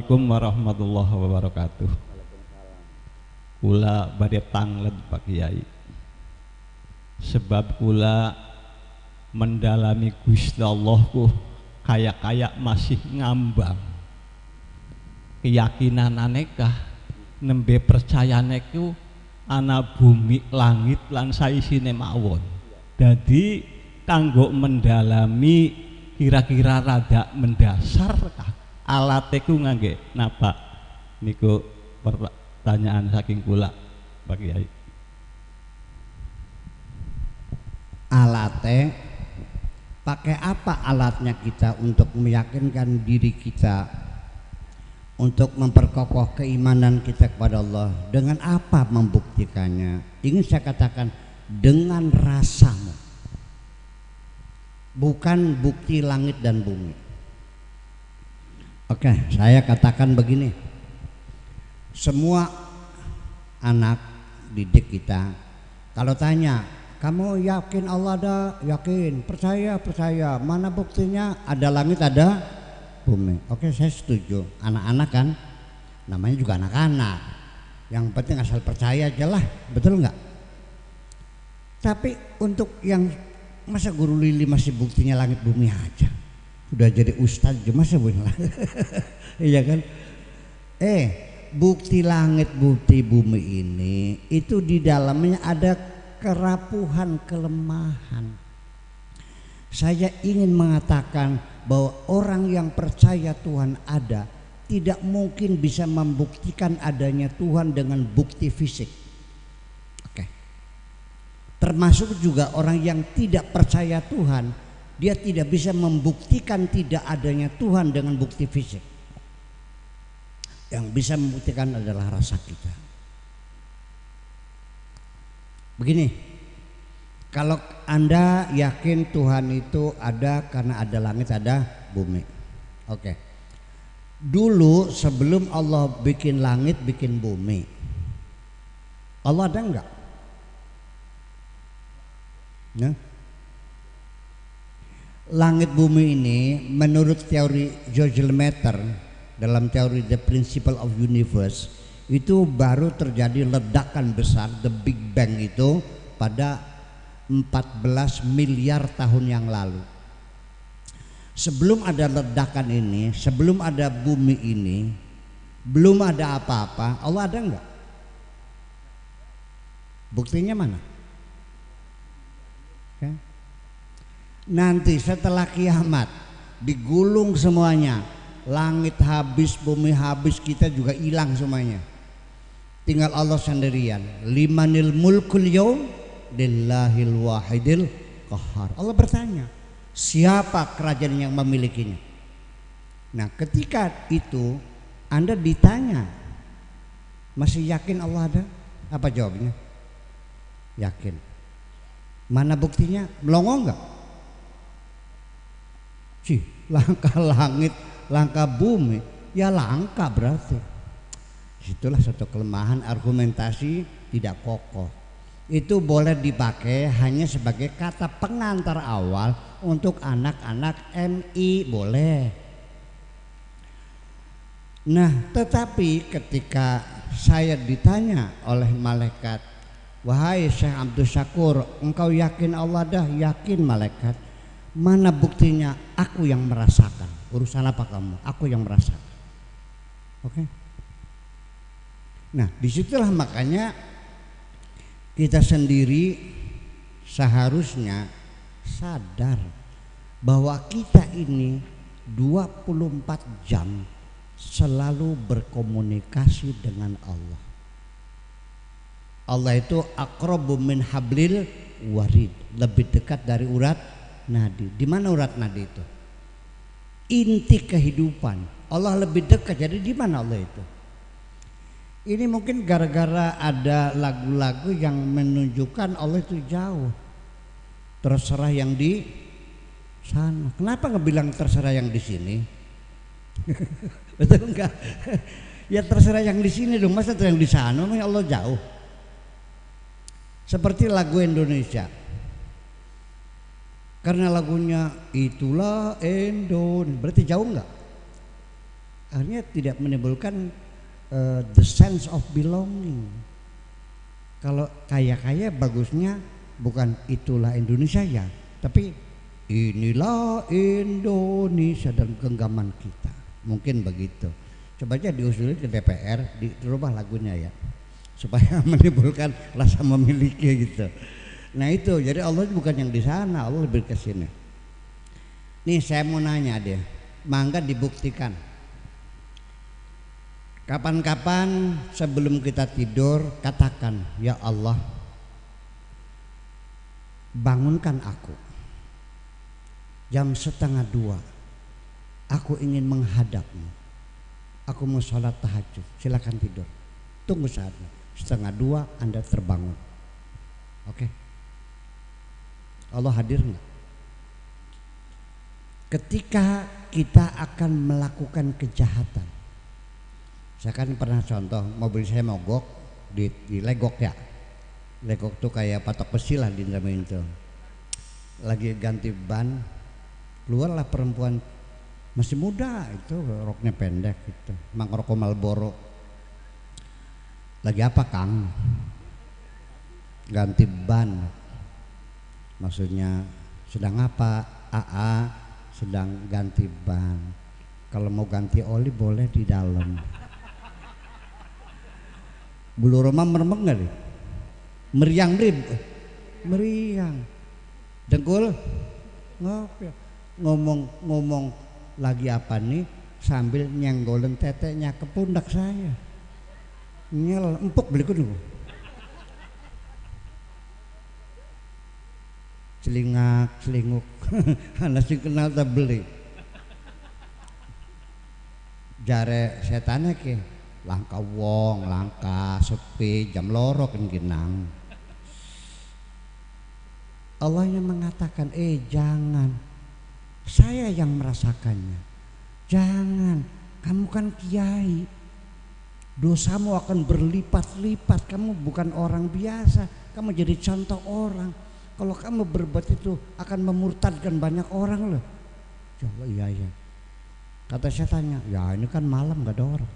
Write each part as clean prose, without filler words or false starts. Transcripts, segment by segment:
Assalamualaikum warahmatullahi wabarakatuh. Kula badhe tanglet Pak Kiai. Sebab kula mendalami Gusti Allah ku kayak masih ngambang. Keyakinan aneka nembe percayane ku ana bumi langit lan saisine mawon. Dadi kanggo mendalami kira-kira rada mendasar alate ku ngangge napa niku pertanyaan saking kula Pak Kiai. Alate pakai apa alatnya kita untuk meyakinkan diri kita, untuk memperkokoh keimanan kita kepada Allah? Dengan apa membuktikannya? Ingin saya katakan dengan rasamu, bukan bukti langit dan bumi. Oke, saya katakan begini, semua anak didik kita kalau tanya, kamu yakin Allah ada? Yakin. Percaya. Mana buktinya? Ada langit, ada bumi. Oke, saya setuju. Anak-anak kan, namanya juga anak-anak. Yang penting asal percaya aja lah, betul nggak? Tapi untuk yang masa guru Lili masih buktinya langit bumi aja, udah jadi ustadz cuma sebenarnya, iya kan? Bukti langit, bukti bumi ini itu di dalamnya ada kerapuhan, kelemahan. Saya ingin mengatakan bahwa orang yang percaya Tuhan ada tidak mungkin bisa membuktikan adanya Tuhan dengan bukti fisik. Oke. Termasuk juga orang yang tidak percaya Tuhan, dia tidak bisa membuktikan tidak adanya Tuhan dengan bukti fisik. Yang bisa membuktikan adalah rasa kita. Begini, kalau Anda yakin Tuhan itu ada karena ada langit, ada bumi. Oke. Dulu sebelum Allah bikin langit, bikin bumi, Allah ada enggak? Nah, langit bumi ini menurut teori George Lemaitre dalam teori The Principle of Universe itu baru terjadi ledakan besar, the Big Bang itu pada 14 miliar tahun yang lalu. Sebelum ada ledakan ini, sebelum ada bumi ini, belum ada apa-apa. Allah ada enggak? Buktinya mana? Okay. Nanti setelah kiamat digulung semuanya, langit habis, bumi habis, kita juga hilang semuanya. Tinggal Allah sendirian. Limanil mulkul yaum lillahil wahidil qahhar. Allah bertanya, siapa kerajaan yang memilikinya? Nah, ketika itu Anda ditanya, masih yakin Allah ada? Apa jawabnya? Yakin. Mana buktinya? Melongo enggak? Langkah langit, langkah bumi, ya langka berarti. Itulah satu kelemahan argumentasi tidak kokoh. Itu boleh dipakai hanya sebagai kata pengantar awal untuk anak-anak MI, boleh. Nah, tetapi ketika saya ditanya oleh malaikat, wahai Syekh Abdul Syakur, engkau yakin Allah dah? Yakin malaikat. Mana buktinya? Aku yang merasakan. Urusan apa kamu? Aku yang merasakan. Oke. Nah, disitulah makanya kita sendiri seharusnya sadar bahwa kita ini 24 jam selalu berkomunikasi dengan Allah. Allah itu aqrabu min hablil warid, lebih dekat dari urat nadi. Di mana urat nadi itu? Inti kehidupan. Allah lebih dekat. Jadi di mana Allah itu? Ini mungkin gara-gara ada lagu-lagu yang menunjukkan Allah itu jauh. Terserah yang di sana. Kenapa nggak bilang terserah yang di sini? Betul enggak? Ya terserah yang di sini dong. Masa yang di sana? Memang Allah jauh. Seperti lagu Indonesia. Karena lagunya itulah Indonesia, berarti jauh enggak? akhirnya tidak menimbulkan the sense of belonging. Kalau kaya-kaya bagusnya bukan itulah Indonesia ya, tapi inilah Indonesia dan genggaman kita. Mungkin begitu. Coba aja diusulin ke DPR, dirubah lagunya ya, supaya menimbulkan rasa memiliki gitu. Nah itu, jadi Allah bukan yang di sana, Allah lebih ke sini. Nih saya mau nanya deh, mangga dibuktikan. Kapan-kapan sebelum kita tidur katakan, ya Allah, bangunkan aku. Jam 1:30, aku ingin menghadapmu. Aku mau sholat tahajud, silakan tidur. Tunggu saatnya. 1:30 Anda terbangun. Oke. Allah hadir enggak? Ketika kita akan melakukan kejahatan. Saya kan pernah contoh, mobil saya mogok di legok ya. Legok tuh kayak patok besi lah di dalam itu. Lagi ganti ban, keluarlah perempuan masih muda itu, roknya pendek gitu, emang rokok Marlboro. Lagi apa Kang? Ganti ban. Maksudnya sedang apa? AA sedang ganti ban. Kalau mau ganti oli boleh di dalam. Bulu Roma meremuk nggak nih? Meriang rib, meriang. Dengkul ngomong lagi apa nih sambil nyenggolin teteknya ke pundak saya. Nyel empuk beliku dulu. Celingak-celinguk. Anak sing kenal tak beli. Jare setane ke langka wong, langka sepi, jam loro kan ginang. Allah yang mengatakan, jangan, saya yang merasakannya. Jangan, kamu kan kiai, dosamu akan berlipat-lipat. Kamu bukan orang biasa, kamu jadi contoh orang. Kalau kamu berbuat itu akan memurtadkan banyak orang loh. Coba iya. Kata setannya, ya ini kan malam gak ada orang.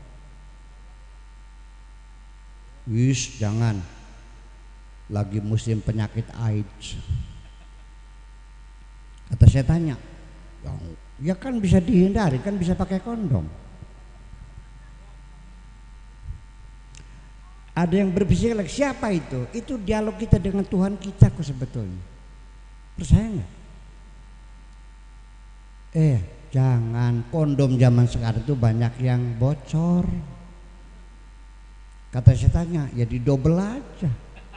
Wis jangan, lagi musim penyakit AIDS. Kata setannya, ya kan bisa dihindari, kan bisa pakai kondom. Ada yang berbisik lagi, siapa itu? Itu dialog kita dengan Tuhan kita kok sebetulnya. Percaya nggak? Jangan, kondom zaman sekarang itu banyak yang bocor. Kata setannya, ya didobel aja.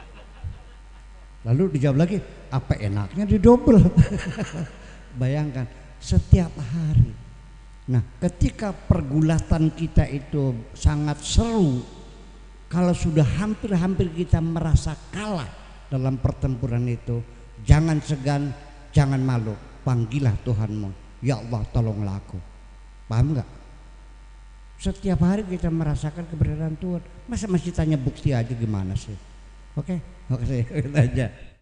Lalu dijawab lagi, apa enaknya didobel? Bayangkan setiap hari. Nah, ketika pergulatan kita itu sangat seru, kalau sudah hampir-hampir kita merasa kalah dalam pertempuran itu, jangan segan, jangan malu, panggillah Tuhanmu. Ya Allah, tolonglah aku. Paham nggak? Setiap hari kita merasakan keberadaan Tuhan. Masa masih tanya bukti aja gimana sih? Oke, makasih aja.